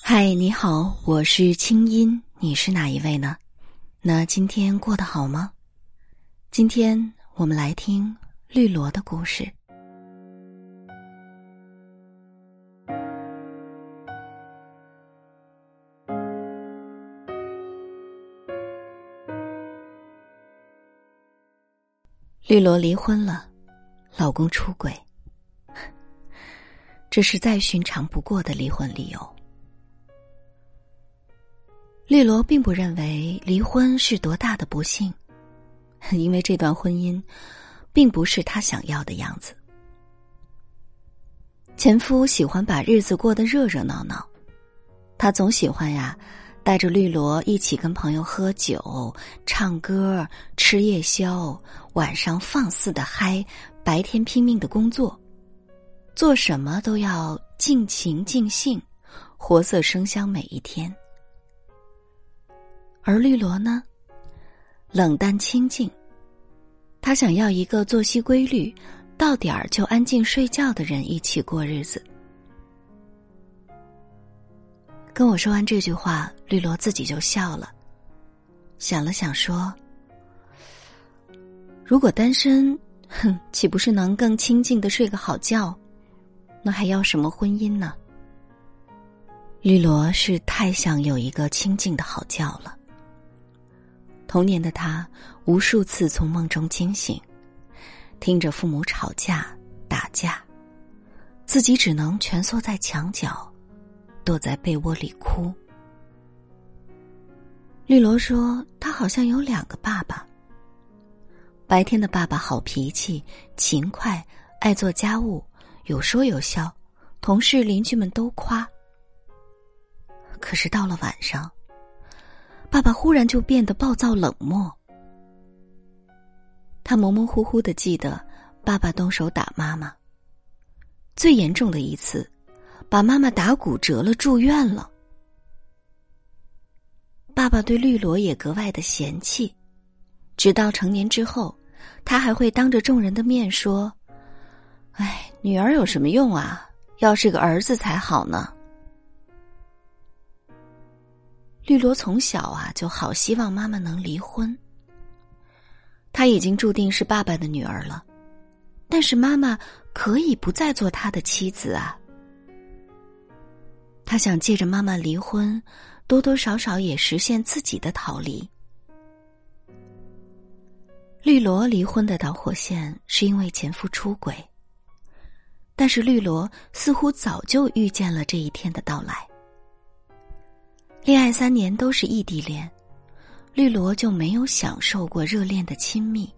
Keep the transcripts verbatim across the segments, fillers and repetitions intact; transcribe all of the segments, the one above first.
嗨，你好，我是清音，你是哪一位呢？那今天过得好吗？今天我们来听绿萝的故事。绿萝离婚了，老公出轨，这是再寻常不过的离婚理由。绿萝并不认为离婚是多大的不幸，因为这段婚姻并不是她想要的样子。前夫喜欢把日子过得热热闹闹，他总喜欢呀带着绿萝一起跟朋友喝酒、唱歌、吃夜宵，晚上放肆的嗨，白天拼命的工作，做什么都要尽情尽兴，活色生香每一天。而绿萝呢，冷淡清静，她想要一个作息规律，到点儿就安静睡觉的人一起过日子。跟我说完这句话，绿萝自己就笑了，想了想说，如果单身，哼，岂不是能更清静地睡个好觉？那还要什么婚姻呢？绿萝是太想有一个清静的好觉了。童年的她无数次从梦中惊醒，听着父母吵架打架，自己只能蜷缩在墙角，躲在被窝里哭。绿萝说她好像有两个爸爸，白天的爸爸好脾气勤快，爱做家务，有说有笑，同事邻居们都夸。可是到了晚上，爸爸忽然就变得暴躁冷漠。他模模糊糊地记得爸爸动手打妈妈，最严重的一次把妈妈打骨折了，住院了。爸爸对绿萝也格外的嫌弃，直到成年之后，他还会当着众人的面说，哎，女儿有什么用啊，要是个儿子才好呢。绿萝从小啊就好希望妈妈能离婚，她已经注定是爸爸的女儿了，但是妈妈可以不再做她的妻子啊。她想借着妈妈离婚，多多少少也实现自己的逃离。绿萝离婚的导火线是因为前夫出轨，但是绿萝似乎早就预见了这一天的到来。恋爱三年都是异地恋，绿萝就没有享受过热恋的亲密。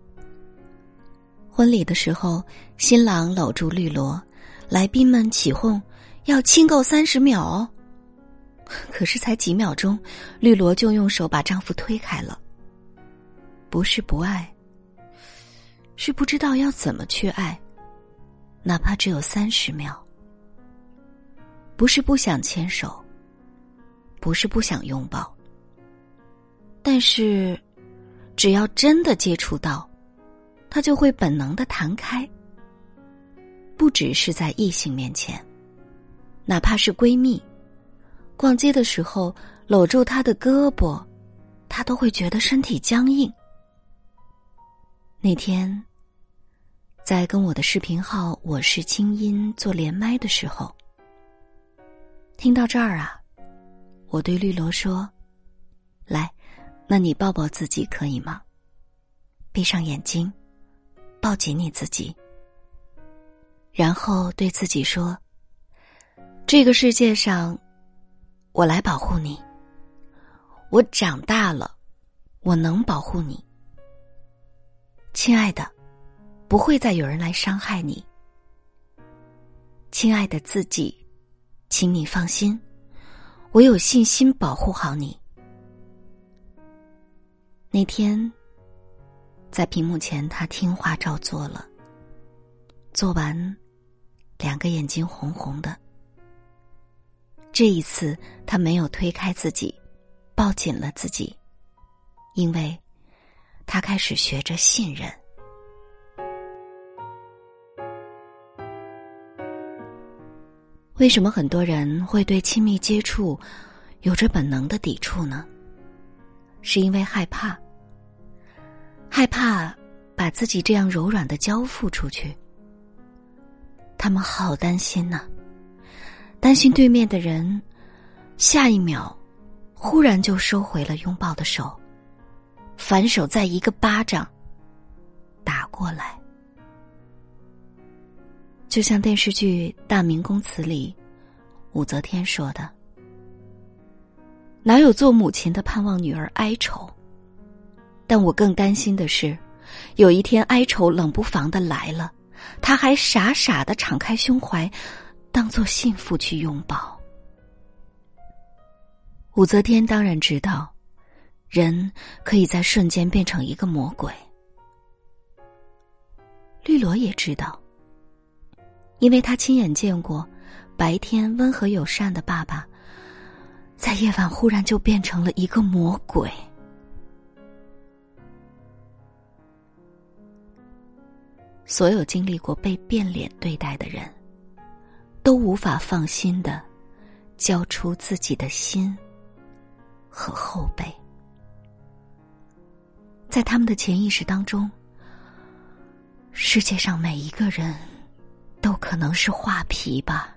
婚礼的时候，新郎搂住绿萝，来宾们起哄要亲够三十秒哦。可是才几秒钟，绿萝就用手把丈夫推开了。不是不爱，是不知道要怎么去爱，哪怕只有三十秒。不是不想牵手，不是不想拥抱，但是只要真的接触到，他就会本能地弹开。不只是在异性面前，哪怕是闺蜜，逛街的时候搂住她的胳膊，她都会觉得身体僵硬。那天在跟我的视频号我是清音做连麦的时候，听到这儿啊，我对绿萝说，来，那你抱抱自己可以吗？闭上眼睛，抱紧你自己，然后对自己说，这个世界上我来保护你，我长大了，我能保护你。亲爱的，不会再有人来伤害你。亲爱的自己，请你放心，我有信心保护好你。那天在屏幕前，他听话照做了，做完两个眼睛红红的。这一次他没有推开自己，抱紧了自己，因为他开始学着信任。 为什么很多人会对亲密接触有着本能的抵触呢？是因为害怕，害怕把自己这样柔软的交付出去。他们好担心呢、啊，担心对面的人下一秒忽然就收回了拥抱的手，反手再一个巴掌打过来。就像电视剧《大明宫词》里武则天说的，哪有做母亲的盼望女儿哀愁，但我更担心的是有一天哀愁冷不防的来了，她还傻傻的敞开胸怀当作幸福去拥抱。武则天当然知道人可以在瞬间变成一个魔鬼，绿萝也知道，因为他亲眼见过白天温和友善的爸爸在夜晚忽然就变成了一个魔鬼。所有经历过被变脸对待的人都无法放心地交出自己的心和后背。在他们的潜意识当中，世界上每一个人都可能是画皮吧。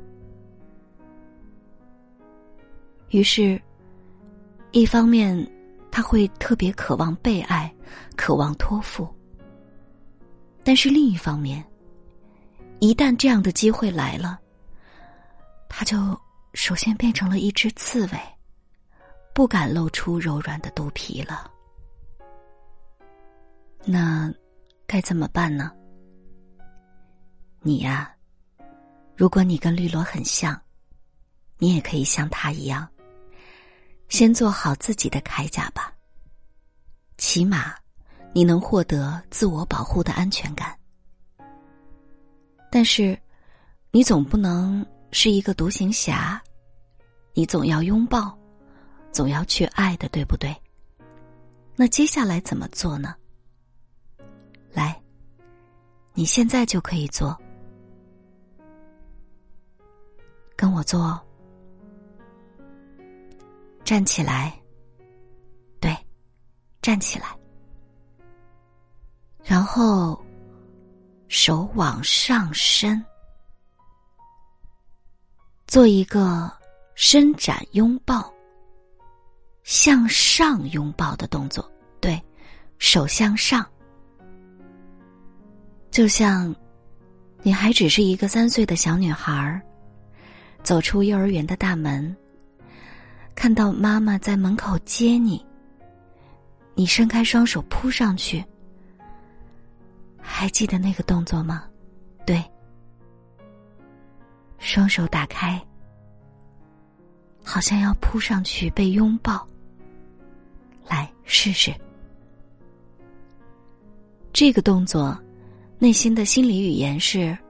于是一方面他会特别渴望被爱，渴望托付，但是另一方面一旦这样的机会来了，他就首先变成了一只刺猬，不敢露出柔软的肚皮了。那该怎么办呢？你呀、啊，如果你跟绿萝很像，你也可以像他一样，先做好自己的铠甲吧。起码你能获得自我保护的安全感。但是你总不能是一个独行侠，你总要拥抱，总要去爱的，对不对？那接下来怎么做呢？来，你现在就可以做，跟我做。站起来，对，站起来，然后手往上伸，做一个伸展拥抱，向上拥抱的动作，对，手向上。就像你还只是一个三岁的小女孩，走出幼儿园的大门，看到妈妈在门口接你，你伸开双手扑上去，还记得那个动作吗？对，双手打开，好像要扑上去被拥抱。来，试试。这个动作内心的心理语言是：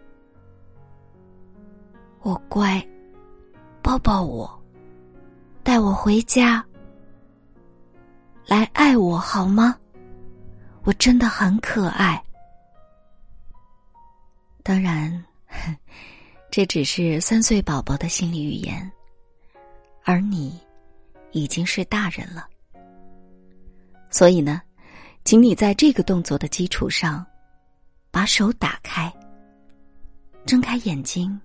我乖，抱抱我，带我回家，来爱我好吗？我真的很可爱。当然，这只是三岁宝宝的心理语言，而你已经是大人了。所以呢，请你在这个动作的基础上，把手打开，睁开眼睛，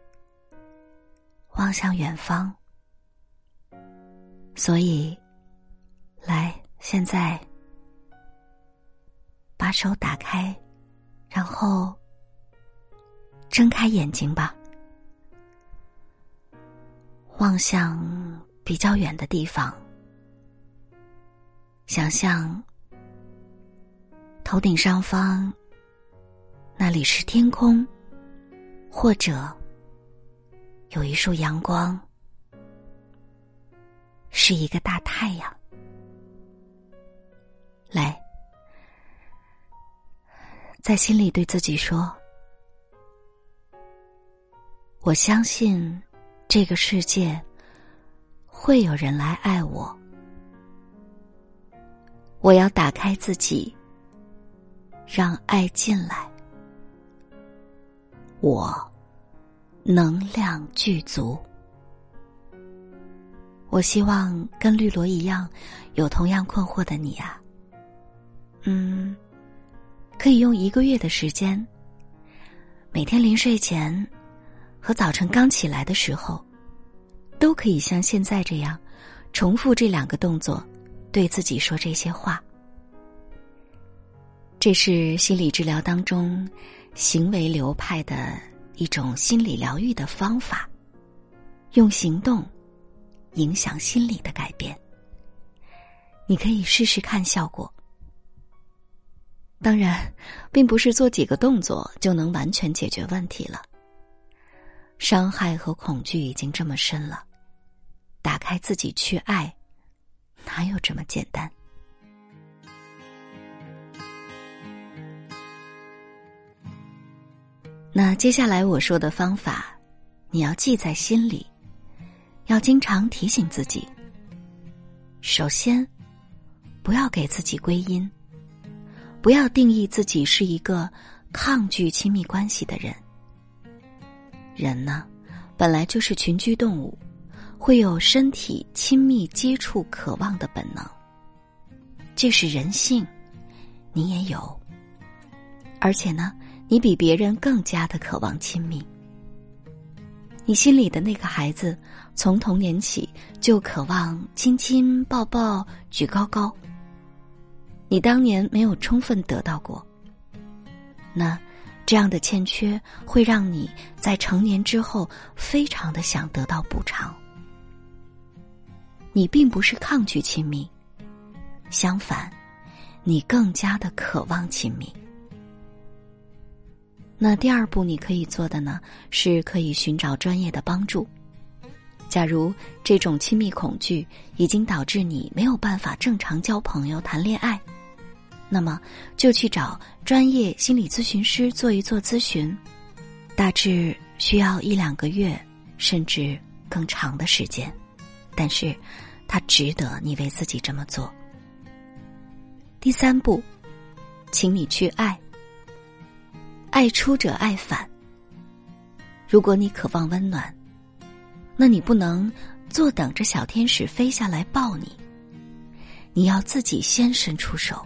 望向远方。所以，来，现在把手打开，然后睁开眼睛吧，望向比较远的地方，想象头顶上方那里是天空，或者有一束阳光，是一个大太阳。来，在心里对自己说，我相信这个世界会有人来爱我，我要打开自己，让爱进来。我能量具足。我希望跟绿萝一样有同样困惑的你啊，嗯，可以用一个月的时间，每天临睡前和早晨刚起来的时候，都可以像现在这样重复这两个动作，对自己说这些话。这是心理治疗当中行为流派的一种心理疗愈的方法，用行动影响心理的改变。你可以试试看效果。当然，并不是做几个动作就能完全解决问题了。伤害和恐惧已经这么深了，打开自己去爱，哪有这么简单？那接下来我说的方法，你要记在心里，要经常提醒自己。首先，不要给自己归因，不要定义自己是一个抗拒亲密关系的人。人呢，本来就是群居动物，会有身体亲密接触渴望的本能，这是人性，你也有。而且呢，你比别人更加的渴望亲密。你心里的那个孩子，从童年起就渴望亲亲抱抱举高高，你当年没有充分得到过，那这样的欠缺会让你在成年之后非常的想得到补偿。你并不是抗拒亲密，相反，你更加的渴望亲密。那第二步你可以做的呢，是可以寻找专业的帮助。假如这种亲密恐惧已经导致你没有办法正常交朋友谈恋爱，那么就去找专业心理咨询师做一做咨询，大致需要一两个月甚至更长的时间，但是它值得你为自己这么做。第三步，请你去爱。爱出者爱返。如果你渴望温暖，那你不能坐等着小天使飞下来抱你，你要自己先伸出手。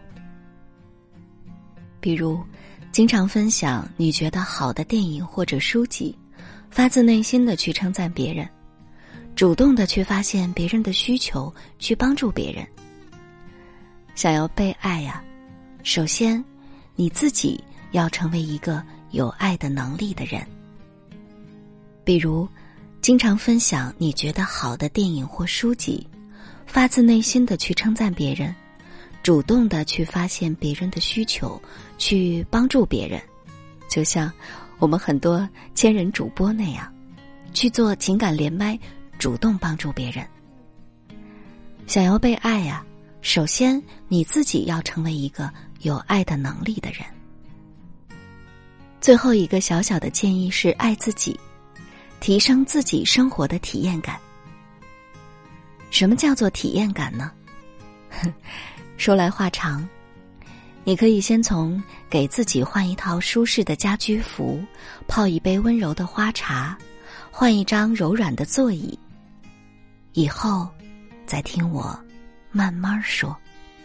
比如经常分享你觉得好的电影或者书籍，发自内心的去称赞别人，主动的去发现别人的需求，去帮助别人。想要被爱呀、啊，首先你自己要成为一个有爱的能力的人。比如经常分享你觉得好的电影或书籍，发自内心的去称赞别人，主动的去发现别人的需求，去帮助别人。就像我们很多千人主播那样，去做情感连麦，主动帮助别人。想要被爱呀、啊，首先你自己要成为一个有爱的能力的人。最后一个小小的建议是爱自己，提升自己生活的体验感。什么叫做体验感呢？说来话长，你可以先从给自己换一套舒适的家居服，泡一杯温柔的花茶，换一张柔软的座椅，以后再听我慢慢说。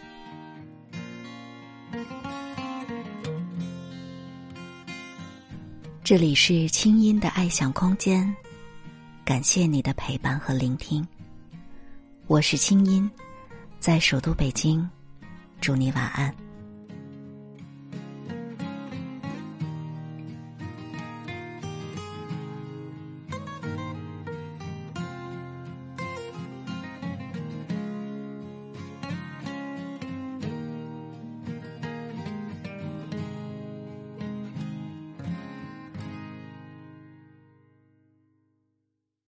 这里是清音的爱想空间，感谢你的陪伴和聆听。我是清音，在首都北京，祝你晚安。